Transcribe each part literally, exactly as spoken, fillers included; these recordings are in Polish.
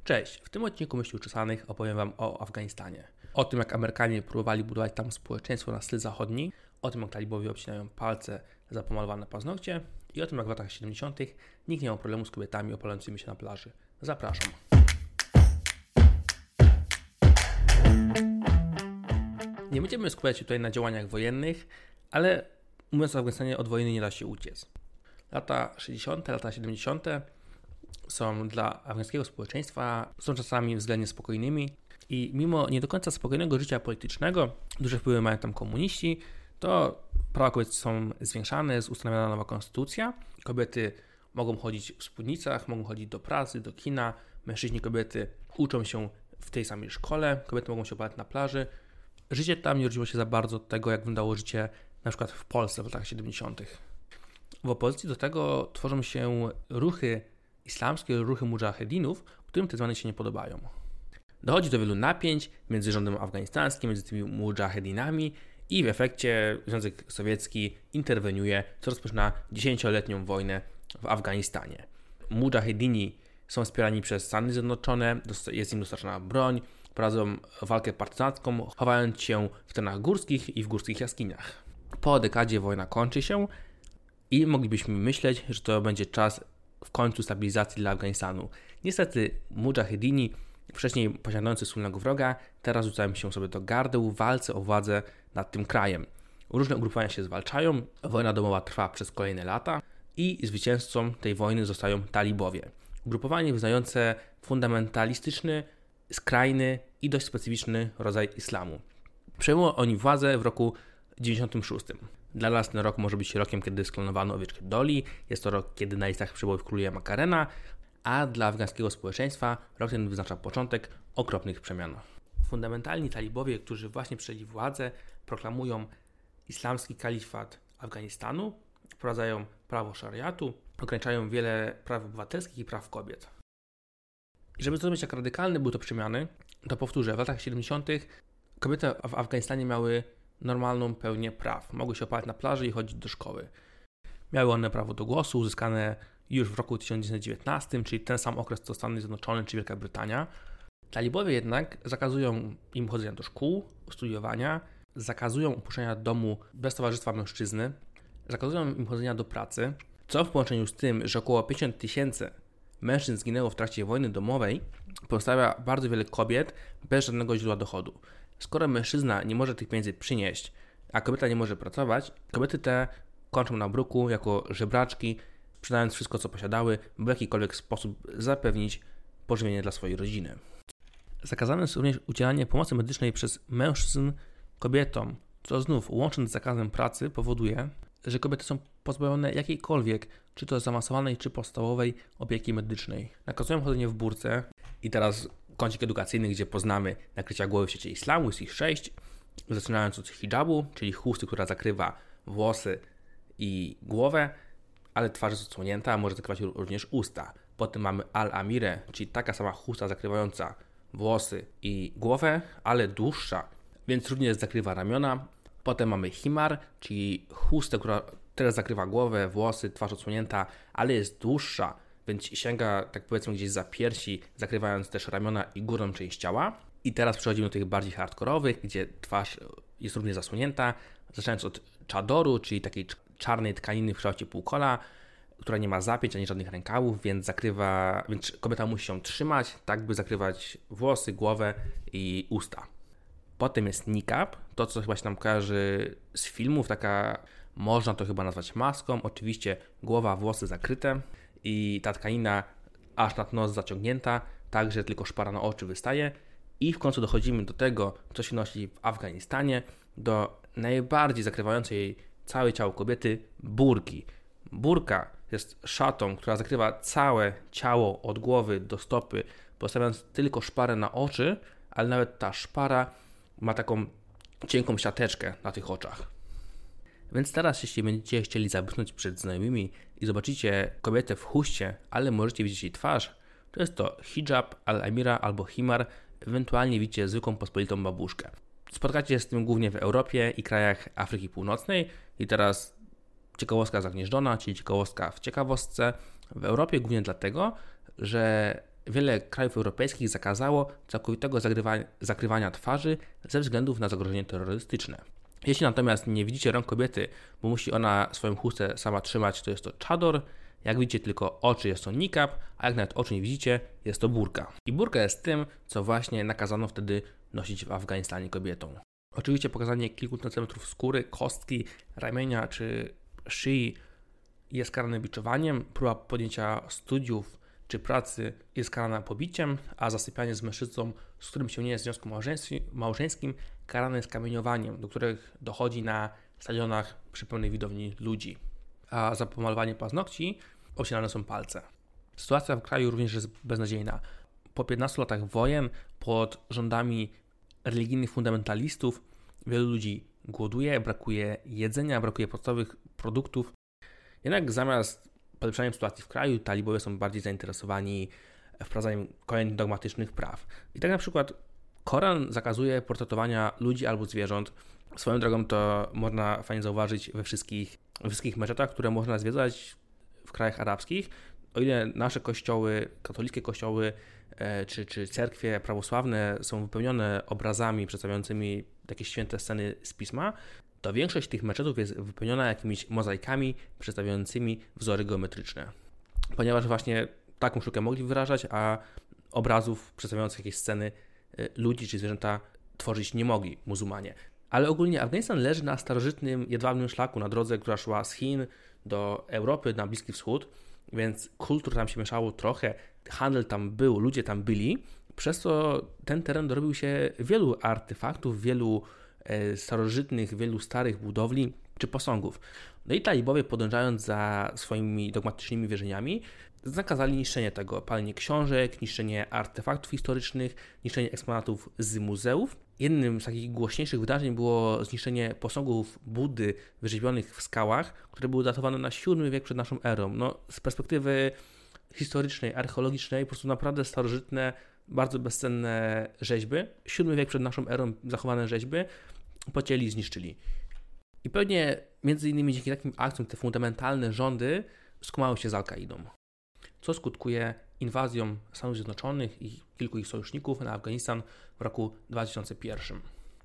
Cześć, w tym odcinku Myśli Uczesanych opowiem Wam o Afganistanie. O tym, jak Amerykanie próbowali budować tam społeczeństwo na styl zachodni, o tym, jak talibowie obcinają palce za pomalowane paznokcie i o tym, jak w latach siedemdziesiątych nikt nie miał problemu z kobietami opalającymi się na plaży. Zapraszam. Nie będziemy skupiać się tutaj na działaniach wojennych, ale mówiąc o Afganistanie, od wojny nie da się uciec. Lata sześćdziesiąte, lata siedemdziesiąte są dla afgańskiego społeczeństwa są czasami względnie spokojnymi i mimo nie do końca spokojnego życia politycznego, duże wpływy mają tam komuniści, to prawa kobiet są zwiększane, jest ustanowiona nowa konstytucja. Kobiety mogą chodzić w spódnicach, mogą chodzić do pracy, do kina, mężczyźni, kobiety uczą się w tej samej szkole, kobiety mogą się opalać na plaży. Życie tam nie różniło się za bardzo od tego, jak wyglądało życie na przykład w Polsce w latach siedemdziesiątych. W opozycji do tego tworzą się ruchy islamskie, ruchy mudżahedinów, którym te zmiany się nie podobają. Dochodzi do wielu napięć między rządem afganistańskim, między tymi mudżahedinami i w efekcie Związek Sowiecki interweniuje, co rozpoczyna dziesięcioletnią wojnę w Afganistanie. Mudżahedini są wspierani przez Stany Zjednoczone, jest im dostarczana broń, prowadzą walkę partyzancką, chowając się w terenach górskich i w górskich jaskiniach. Po dekadzie wojna kończy się i moglibyśmy myśleć, że to będzie czas w końcu stabilizacji dla Afganistanu. Niestety mudżahedini, wcześniej posiadający wspólnego wroga, teraz rzucają się sobie do gardeł w walce o władzę nad tym krajem. Różne ugrupowania się zwalczają, wojna domowa trwa przez kolejne lata i zwycięzcą tej wojny zostają talibowie. Ugrupowanie wyznające fundamentalistyczny, skrajny i dość specyficzny rodzaj islamu. Przejmują oni władzę w roku dziewięćdziesiątym szóstym. Dla nas ten rok może być rokiem, kiedy sklonowano owieczkę Dolly, jest to rok, kiedy na listach przebojów króluje Makarena, a dla afgańskiego społeczeństwa rok ten wyznacza początek okropnych przemian. Fundamentalni talibowie, którzy właśnie przejęli władzę, proklamują islamski kalifat Afganistanu, wprowadzają prawo szariatu, ograniczają wiele praw obywatelskich i praw kobiet. I żeby zrozumieć, jak radykalne były to przemiany, to powtórzę, w latach siedemdziesiątych kobiety w Afganistanie miały normalną pełnię praw. Mogły się opalać na plaży i chodzić do szkoły. Miały one prawo do głosu, uzyskane już w roku tysiąc dziewięćset dziewiętnastym, czyli ten sam okres co Stany Zjednoczone czy Wielka Brytania. Talibowie jednak zakazują im chodzenia do szkół, studiowania, zakazują opuszczenia domu bez towarzystwa mężczyzny, zakazują im chodzenia do pracy, co w połączeniu z tym, że około pięćdziesiąt tysięcy mężczyzn zginęło w trakcie wojny domowej, pozostawia bardzo wiele kobiet bez żadnego źródła dochodu. Skoro mężczyzna nie może tych pieniędzy przynieść, a kobieta nie może pracować, kobiety te kończą na bruku jako żebraczki, sprzedając wszystko, co posiadały, by w jakikolwiek sposób zapewnić pożywienie dla swojej rodziny. Zakazane jest również udzielanie pomocy medycznej przez mężczyzn kobietom, co znów łącząc z zakazem pracy powoduje, że kobiety są pozbawione jakiejkolwiek, czy to zaawansowanej, czy podstawowej opieki medycznej. Nakazują chodzenie w burce i teraz kącik edukacyjny, gdzie poznamy nakrycia głowy w świecie islamu, jest ich sześć, zaczynając od hijabu, czyli chusty, która zakrywa włosy i głowę, ale twarz jest odsłonięta, a może zakrywać również usta. Potem mamy al-amirę, czyli taka sama chusta zakrywająca włosy i głowę, ale dłuższa, więc również zakrywa ramiona. Potem mamy himar, czyli chustę, która teraz zakrywa głowę, włosy, twarz odsłonięta, ale jest dłuższa, więc sięga, tak powiedzmy, gdzieś za piersi, zakrywając też ramiona i górną część ciała. I teraz przechodzimy do tych bardziej hardkorowych, gdzie twarz jest również zasłonięta, zaczynając od czadoru, czyli takiej czarnej tkaniny w kształcie półkola, która nie ma zapięć ani żadnych rękawów, więc zakrywa, więc kobieta musi się trzymać, tak by zakrywać włosy, głowę i usta. Potem jest niqab, to co chyba się nam kojarzy z filmów, taka, można to chyba nazwać maską, oczywiście głowa, włosy zakryte i ta tkanina aż nad nos zaciągnięta, tak że tylko szpara na oczy wystaje. I w końcu dochodzimy do tego, co się nosi w Afganistanie, do najbardziej zakrywającej całe ciało kobiety burki. Burka jest szatą, która zakrywa całe ciało od głowy do stopy, postawiając tylko szparę na oczy, ale nawet ta szpara ma taką cienką siateczkę na tych oczach. Więc teraz, jeśli będziecie chcieli zabłysnąć przed znajomymi i zobaczycie kobietę w chuście, ale możecie widzieć jej twarz, to jest to hijab, al-amira albo himar, ewentualnie widzicie zwykłą pospolitą babuszkę. Spotkacie się z tym głównie w Europie i krajach Afryki Północnej i teraz ciekawostka zagnieżdżona, czyli ciekawostka w ciekawostce. W Europie głównie dlatego, że wiele krajów europejskich zakazało całkowitego zagrywa- zakrywania twarzy ze względów na zagrożenie terrorystyczne. Jeśli natomiast nie widzicie rąk kobiety, bo musi ona swoją chustę sama trzymać, to jest to chador. Jak widzicie tylko oczy, jest to niqab, a jak nawet oczu nie widzicie, jest to burka. I burka jest tym, co właśnie nakazano wtedy nosić w Afganistanie kobietom. Oczywiście pokazanie kilku centymetrów skóry, kostki, ramienia czy szyi jest karane biczowaniem, próba podjęcia studiów czy pracy jest karana pobiciem, a zasypianie z mężczyzną, z którym się nie jest w związku małżeńskim, karane jest kamieniowaniem, do których dochodzi na stadionach przy pełnej widowni ludzi. A za pomalowanie paznokci obcinane są palce. Sytuacja w kraju również jest beznadziejna. Po piętnastu latach wojen, pod rządami religijnych fundamentalistów, wielu ludzi głoduje, brakuje jedzenia, brakuje podstawowych produktów. Jednak zamiast polepszania sytuacji w kraju, talibowie są bardziej zainteresowani wprowadzaniem kolejnych dogmatycznych praw. I tak na przykład Koran zakazuje portretowania ludzi albo zwierząt. Swoją drogą to można fajnie zauważyć we wszystkich, we wszystkich meczetach, które można zwiedzać w krajach arabskich. O ile nasze kościoły, katolickie kościoły e, czy, czy cerkwie prawosławne są wypełnione obrazami przedstawiającymi jakieś święte sceny z pisma, to większość tych meczetów jest wypełniona jakimiś mozaikami przedstawiającymi wzory geometryczne. Ponieważ właśnie taką sztukę mogli wyrażać, a obrazów przedstawiających jakieś sceny ludzi czy zwierzęta tworzyć nie mogli muzułmanie. Ale ogólnie Afganistan leży na starożytnym, jedwabnym szlaku, na drodze, która szła z Chin do Europy, na Bliski Wschód, więc kultur tam się mieszało trochę, handel tam był, ludzie tam byli, przez co ten teren dorobił się wielu artefaktów, wielu e, starożytnych, wielu starych budowli czy posągów. No i talibowie, podążając za swoimi dogmatycznymi wierzeniami, zakazali niszczenie tego, palenie książek, niszczenie artefaktów historycznych, niszczenie eksponatów z muzeów. Jednym z takich głośniejszych wydarzeń było zniszczenie posągów Buddy wyrzeźbionych w skałach, które były datowane na siódmy wiek przed naszą erą. No, z perspektywy historycznej, archeologicznej, po prostu naprawdę starożytne, bardzo bezcenne rzeźby. siódmy wiek przed naszą erą zachowane rzeźby pocięli i zniszczyli. I pewnie między innymi dzięki takim akcjom te fundamentalne rządy skumały się z Al-Kaidą, co skutkuje inwazją Stanów Zjednoczonych i kilku ich sojuszników na Afganistan w roku dwa tysiące pierwszym.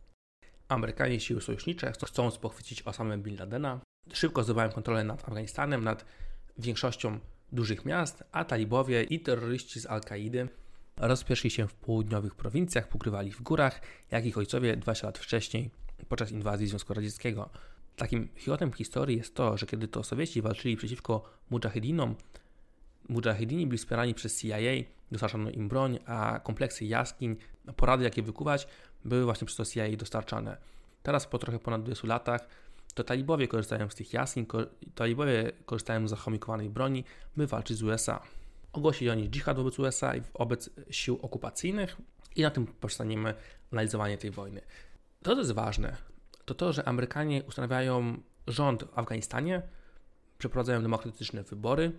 Amerykanie i siły sojusznicze, chcąc pochwycić Osamę Bin Ladena, szybko zdobywają kontrolę nad Afganistanem, nad większością dużych miast, a talibowie i terroryści z Al-Kaidy rozpieszli się w południowych prowincjach, pokrywali w górach, jak ich ojcowie dwadzieścia lat wcześniej podczas inwazji Związku Radzieckiego. Takim chichotem historii jest to, że kiedy to Sowieci walczyli przeciwko mudżahidinom, mudżahidini byli wspierani przez C I A, dostarczano im broń, a kompleksy jaskiń, porady jakie wykuwać, były właśnie przez to C I A dostarczane. Teraz po trochę ponad dwudziestu latach to talibowie korzystają z tych jaskiń, talibowie korzystają z zachomikowanej broni, by walczyć z U S A. Ogłosili oni dżihad wobec U S A i wobec sił okupacyjnych i na tym poprzestaniemy analizowanie tej wojny. To, co jest ważne, to to, że Amerykanie ustanawiają rząd w Afganistanie, przeprowadzają demokratyczne wybory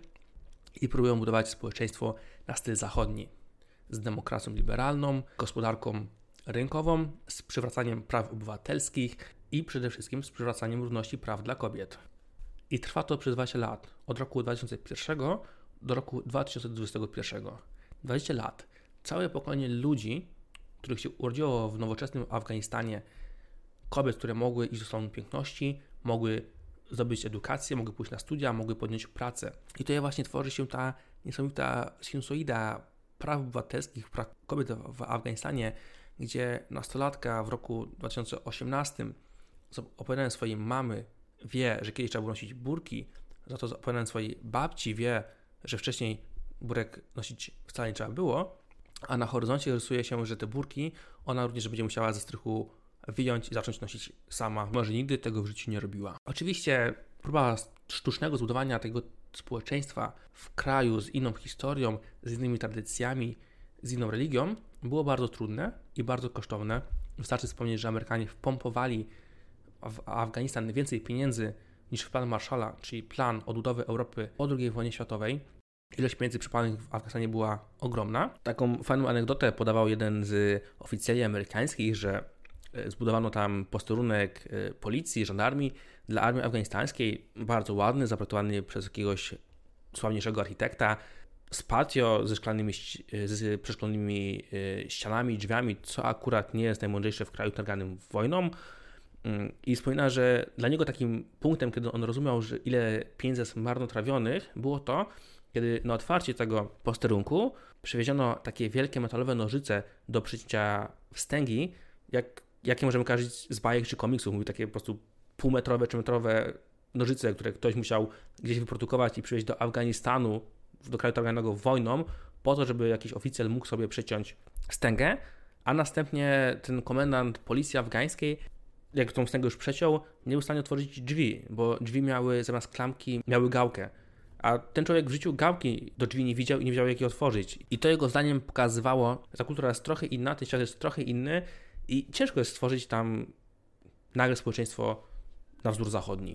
i próbują budować społeczeństwo na styl zachodni, z demokracją liberalną, gospodarką rynkową, z przywracaniem praw obywatelskich i przede wszystkim z przywracaniem równości praw dla kobiet. I trwa to przez dwadzieścia lat, od roku dwa tysiące pierwszego do roku dwa tysiące dwudziestego pierwszego. dwadzieścia lat. Całe pokolenie ludzi, których się urodziło w nowoczesnym Afganistanie, kobiet, które mogły iść do salonu piękności, mogły zdobyć edukację, mogły pójść na studia, mogły podjąć pracę. I tutaj właśnie tworzy się ta niesamowita sinusoida praw obywatelskich, praw kobiet w Afganistanie, gdzie nastolatka w roku dwa tysiące osiemnastym za opowiadaniem swojej mamy wie, że kiedyś trzeba było nosić burki, za to za opowiadaniem swojej babci wie, że wcześniej burek nosić wcale nie trzeba było, a na horyzoncie rysuje się, że te burki ona również będzie musiała ze strychu wyjąć i zacząć nosić sama. Może nigdy tego w życiu nie robiła. Oczywiście próba sztucznego zbudowania tego społeczeństwa w kraju z inną historią, z innymi tradycjami, z inną religią było bardzo trudne i bardzo kosztowne. Wystarczy wspomnieć, że Amerykanie wpompowali w Afganistan więcej pieniędzy niż w plan Marshalla, czyli plan odbudowy Europy po drugiej wojnie światowej. Ilość pieniędzy przepalonych w Afganistanie była ogromna. Taką fajną anegdotę podawał jeden z oficjeli amerykańskich, że zbudowano tam posterunek policji, żandarmii dla armii afganistańskiej, bardzo ładny, zaprojektowany przez jakiegoś sławniejszego architekta. z patio, ze szklanymi, z przeszklonymi ścianami, drzwiami, co akurat nie jest najmądrzejsze w kraju targanym wojną. I wspomina, że dla niego takim punktem, kiedy on rozumiał, że ile pieniędzy jest marnotrawionych, było to, kiedy na otwarcie tego posterunku przywieziono takie wielkie metalowe nożyce do przycięcia wstęgi, jak, jakie możemy kojarzyć z bajek czy komiksów. Mówił takie po prostu półmetrowe czy metrowe nożyce, które ktoś musiał gdzieś wyprodukować i przywieźć do Afganistanu, do kraju targanego wojną, po to, żeby jakiś oficjel mógł sobie przeciąć wstęgę, a następnie ten komendant policji afgańskiej, jak tą wstęgę już przeciął, nie był w stanie otworzyć drzwi, bo drzwi miały zamiast klamki, miały gałkę. A ten człowiek w życiu gałki do drzwi nie widział i nie wiedział, jak je otworzyć. I to jego zdaniem pokazywało, że ta kultura jest trochę inna, ten świat jest trochę inny i ciężko jest stworzyć tam nagle społeczeństwo na wzór zachodni.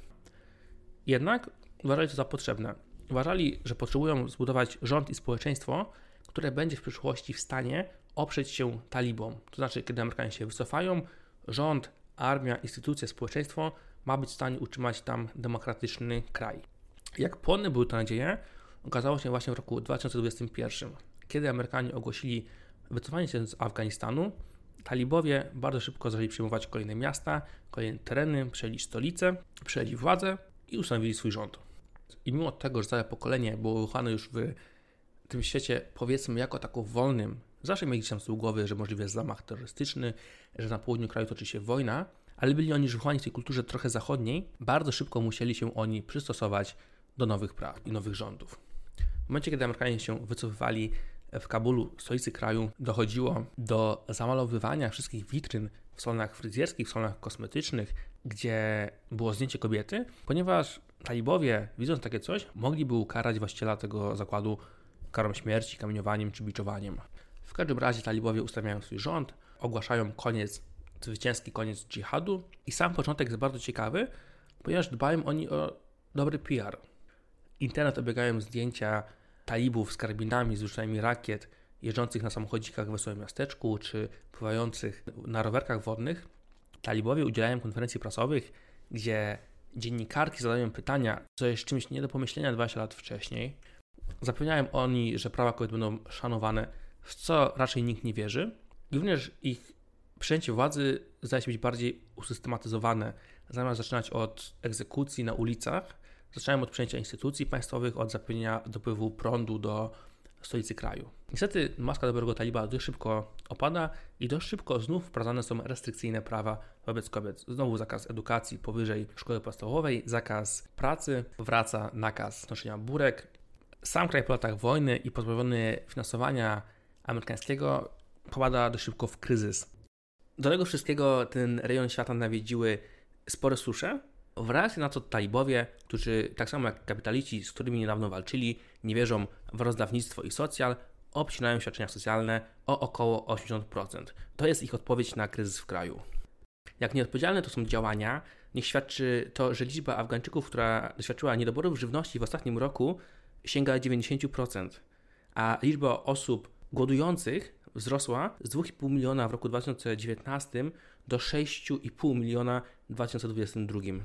Jednak uważali to za potrzebne. Uważali, że potrzebują zbudować rząd i społeczeństwo, które będzie w przyszłości w stanie oprzeć się talibom. To znaczy, kiedy Amerykanie się wycofają, rząd, armia, instytucje, społeczeństwo ma być w stanie utrzymać tam demokratyczny kraj. Jak płonne były te nadzieje, okazało się właśnie w roku dwa tysiące dwudziestym pierwszym. Kiedy Amerykanie ogłosili wycofanie się z Afganistanu, talibowie bardzo szybko zaczęli przejmować kolejne miasta, kolejne tereny, przejęli stolice, przejęli władzę i ustanowili swój rząd. I mimo tego, że całe pokolenie było wychowane już w tym świecie, powiedzmy, jako tako wolnym, zawsze mieli tam z tyłu głowy, że możliwy jest zamach terrorystyczny, że na południu kraju toczy się wojna, ale byli oni już wychowani w tej kulturze trochę zachodniej, bardzo szybko musieli się oni przystosować do nowych praw i nowych rządów. W momencie, kiedy Amerykanie się wycofywali w Kabulu, stolicy kraju, dochodziło do zamalowywania wszystkich witryn w salonach fryzjerskich, w salonach kosmetycznych, gdzie było zdjęcie kobiety, ponieważ talibowie, widząc takie coś, mogliby ukarać właściciela tego zakładu karą śmierci, kamieniowaniem czy biczowaniem. W każdym razie talibowie ustawiają swój rząd, ogłaszają koniec, zwycięski koniec dżihadu i sam początek jest bardzo ciekawy, ponieważ dbają oni o dobry P R. Internet obiegają zdjęcia talibów z karabinami, z rzucaniami rakiet, jeżdżących na samochodzikach w Wesołym Miasteczku, czy pływających na rowerkach wodnych. Talibowie udzielają konferencji prasowych, gdzie dziennikarki zadają pytania, co jest czymś nie do pomyślenia dwadzieścia lat wcześniej. Zapewniają oni, że prawa kobiet będą szanowane, w co raczej nikt nie wierzy. I również ich przejęcie władzy zdaje się być bardziej usystematyzowane. Zamiast zaczynać od egzekucji na ulicach, zaczynają od przejęcia instytucji państwowych, od zapewnienia dopływu prądu do stolicy kraju. Niestety maska dobrego taliba dość szybko opada i dość szybko znów wprowadzane są restrykcyjne prawa wobec kobiet. Znowu zakaz edukacji powyżej szkoły podstawowej, zakaz pracy, wraca nakaz noszenia burek. Sam kraj po latach wojny i pozbawiony finansowania amerykańskiego popada dość szybko w kryzys. Do tego wszystkiego ten rejon świata nawiedziły spore susze. W reakcji na to talibowie, którzy tak samo jak kapitaliści, z którymi niedawno walczyli, nie wierzą w rozdawnictwo i socjal, obcinają świadczenia socjalne o około osiemdziesiąt procent. To jest ich odpowiedź na kryzys w kraju. Jak nieodpowiedzialne to są działania, niech świadczy to, że liczba Afgańczyków, która doświadczyła niedoborów żywności w ostatnim roku, sięga dziewięćdziesiąt procent, a liczba osób głodujących wzrosła z dwa i pół miliona w roku dwa tysiące dziewiętnastym do sześć i pół miliona w dwa tysiące dwudziestym drugim.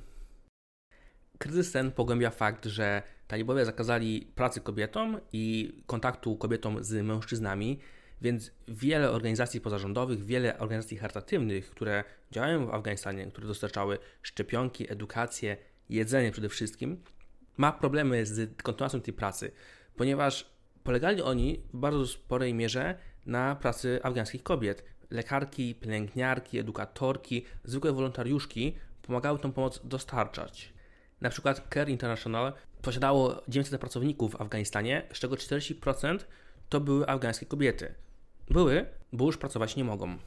Kryzys ten pogłębia fakt, że talibowie zakazali pracy kobietom i kontaktu kobietom z mężczyznami, więc wiele organizacji pozarządowych, wiele organizacji charytatywnych, które działają w Afganistanie, które dostarczały szczepionki, edukację, jedzenie przede wszystkim, ma problemy z kontynuacją tej pracy, ponieważ polegali oni w bardzo sporej mierze na pracy afgańskich kobiet. Lekarki, pielęgniarki, edukatorki, zwykłe wolontariuszki pomagały tą pomoc dostarczać. Na przykład Care International posiadało dziewięćset pracowników w Afganistanie, z czego czterdzieści procent to były afgańskie kobiety. Były, bo już pracować nie mogą.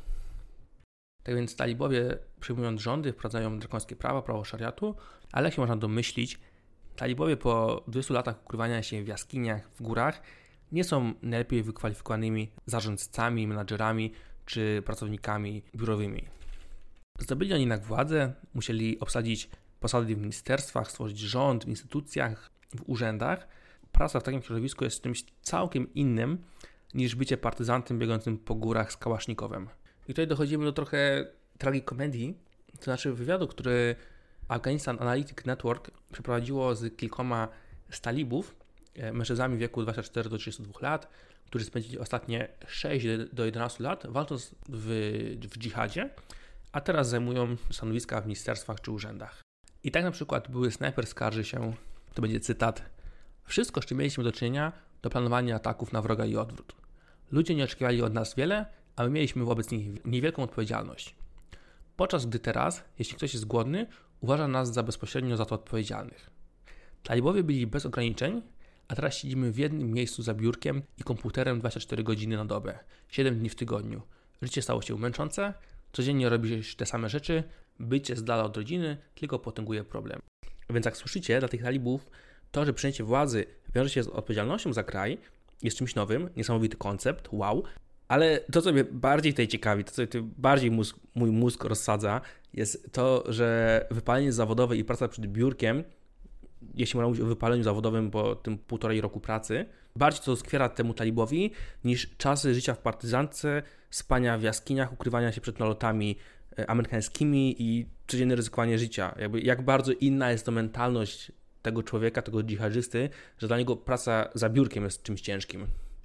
Tak więc talibowie, przyjmując rządy, wprowadzają drakońskie prawa, prawo szariatu, ale jak się można domyślić, talibowie po dwudziestu latach ukrywania się w jaskiniach, w górach, nie są najlepiej wykwalifikowanymi zarządcami, menadżerami czy pracownikami biurowymi. Zdobyli oni jednak władzę, musieli obsadzić posady w ministerstwach, stworzyć rząd w instytucjach, w urzędach. Praca w takim środowisku jest czymś całkiem innym niż bycie partyzantem biegającym po górach z kałasznikowem. I tutaj dochodzimy do trochę tragikomedii, to znaczy wywiadu, który Afghanistan Analytic Network przeprowadziło z kilkoma z talibów, mężczyznami w wieku dwudziestu czterech do trzydziestu dwóch lat, którzy spędzili ostatnie sześć do jedenastu lat walcząc w, w dżihadzie, a teraz zajmują stanowiska w ministerstwach czy urzędach. I tak na przykład były snajper skarży się, to będzie cytat, wszystko, z czym mieliśmy do czynienia, to planowanie ataków na wroga i odwrót. Ludzie nie oczekiwali od nas wiele, a my mieliśmy wobec nich niewielką odpowiedzialność. Podczas gdy teraz, jeśli ktoś jest głodny, uważa nas za bezpośrednio za to odpowiedzialnych. Talibowie byli bez ograniczeń, a teraz siedzimy w jednym miejscu za biurkiem i komputerem dwadzieścia cztery godziny na dobę, siedem dni w tygodniu. Życie stało się męczące, codziennie robisz te same rzeczy, bycie z dala od rodziny tylko potęguje problem. Więc jak słyszycie, dla tych talibów to, że przejęcie władzy wiąże się z odpowiedzialnością za kraj, jest czymś nowym, niesamowity koncept, wow, ale to, co mnie bardziej tutaj ciekawi, to, co bardziej mózg, mój mózg rozsadza, jest to, że wypalenie zawodowe i praca przed biurkiem, jeśli można mówić o wypaleniu zawodowym po tym półtorej roku pracy, bardziej to skwiera temu talibowi niż czasy życia w partyzantce, spania w jaskiniach, ukrywania się przed nalotami amerykańskimi i codzienne ryzykowanie życia. Jakby jak bardzo inna jest to mentalność tego człowieka, tego dżihadżysty, że dla niego praca za biurkiem jest czymś ciężkim.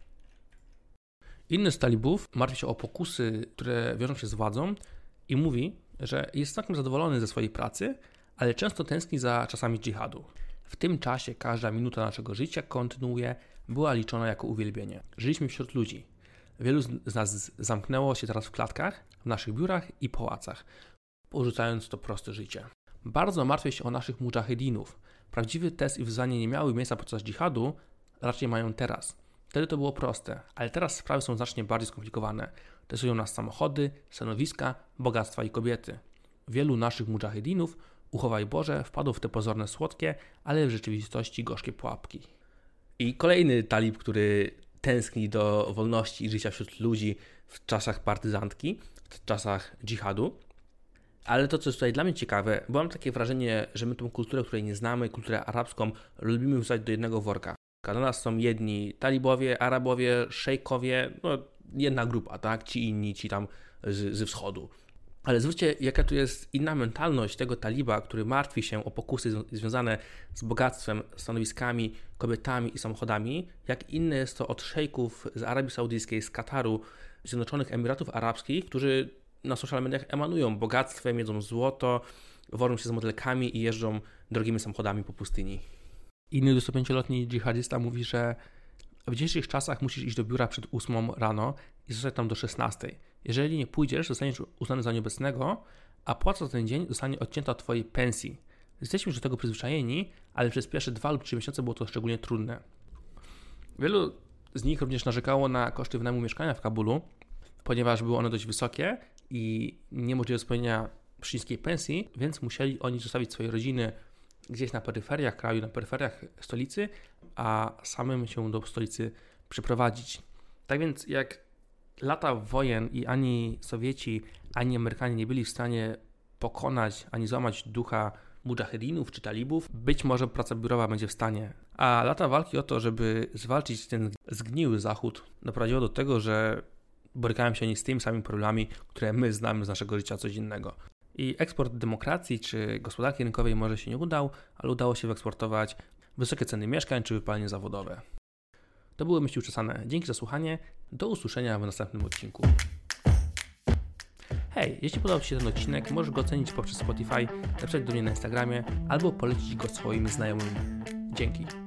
Inny z talibów martwi się o pokusy, które wiążą się z władzą i mówi, że jest całkiem zadowolony ze swojej pracy, ale często tęskni za czasami dżihadu. W tym czasie każda minuta naszego życia, kontynuuje, była liczona jako uwielbienie. Żyliśmy wśród ludzi. Wielu z nas zamknęło się teraz w klatkach, w naszych biurach i pałacach, porzucając to proste życie. Bardzo martwię się o naszych mudżahedinów. Prawdziwy test i wyzwanie nie miały miejsca podczas dżihadu, raczej mają teraz. Wtedy to było proste, ale teraz sprawy są znacznie bardziej skomplikowane. Testują nas samochody, stanowiska, bogactwa i kobiety. Wielu naszych mudżahedinów, uchowaj Boże, wpadło w te pozorne słodkie, ale w rzeczywistości gorzkie pułapki. I kolejny talib, który tęskni do wolności i życia wśród ludzi w czasach partyzantki, w czasach dżihadu. Ale to, co jest tutaj dla mnie ciekawe, bo mam takie wrażenie, że my tą kulturę, której nie znamy, kulturę arabską, lubimy wrzucać do jednego worka. Dla nas są jedni talibowie, Arabowie, szejkowie, no jedna grupa, tak? Ci inni, ci tam z, ze wschodu. Ale zwróćcie, jaka tu jest inna mentalność tego taliba, który martwi się o pokusy związane z bogactwem, stanowiskami, kobietami i samochodami, jak inne jest to od szejków z Arabii Saudyjskiej, z Kataru, Zjednoczonych Emiratów Arabskich, którzy na social mediach emanują bogactwem, jedzą złoto, wożą się z modelkami i jeżdżą drogimi samochodami po pustyni. Inny dwudziestopięcioletni dżihadista mówi, że w dzisiejszych czasach musisz iść do biura przed ósmą rano i zostać tam do szesnastej. Jeżeli nie pójdziesz, zostaniesz uznany za nieobecnego, a płaca za ten dzień zostanie odcięta od twojej pensji. Jesteśmy już do tego przyzwyczajeni, ale przez pierwsze dwa lub trzy miesiące było to szczególnie trudne. Wielu z nich również narzekało na koszty wynajmu mieszkania w Kabulu, ponieważ były one dość wysokie i niemożliwe spełnienia przy niskiej pensji, więc musieli oni zostawić swoje rodziny gdzieś na peryferiach kraju, na peryferiach stolicy, a samym się do stolicy przyprowadzić. Tak więc jak lata wojen i ani Sowieci, ani Amerykanie nie byli w stanie pokonać, ani złamać ducha mudżahedinów czy talibów, być może praca biurowa będzie w stanie. A lata walki o to, żeby zwalczyć ten zgniły Zachód, doprowadziło do tego, że borykają się oni z tymi samymi problemami, które my znamy z naszego życia codziennego. I eksport demokracji czy gospodarki rynkowej może się nie udał, ale udało się wyeksportować wysokie ceny mieszkań czy wypalenie zawodowe. To były myśli uczesane. Dzięki za słuchanie. Do usłyszenia w następnym odcinku. Hej, jeśli podobał Ci się ten odcinek, możesz go ocenić poprzez Spotify, napisać do mnie na Instagramie albo polecić go swoim znajomym. Dzięki.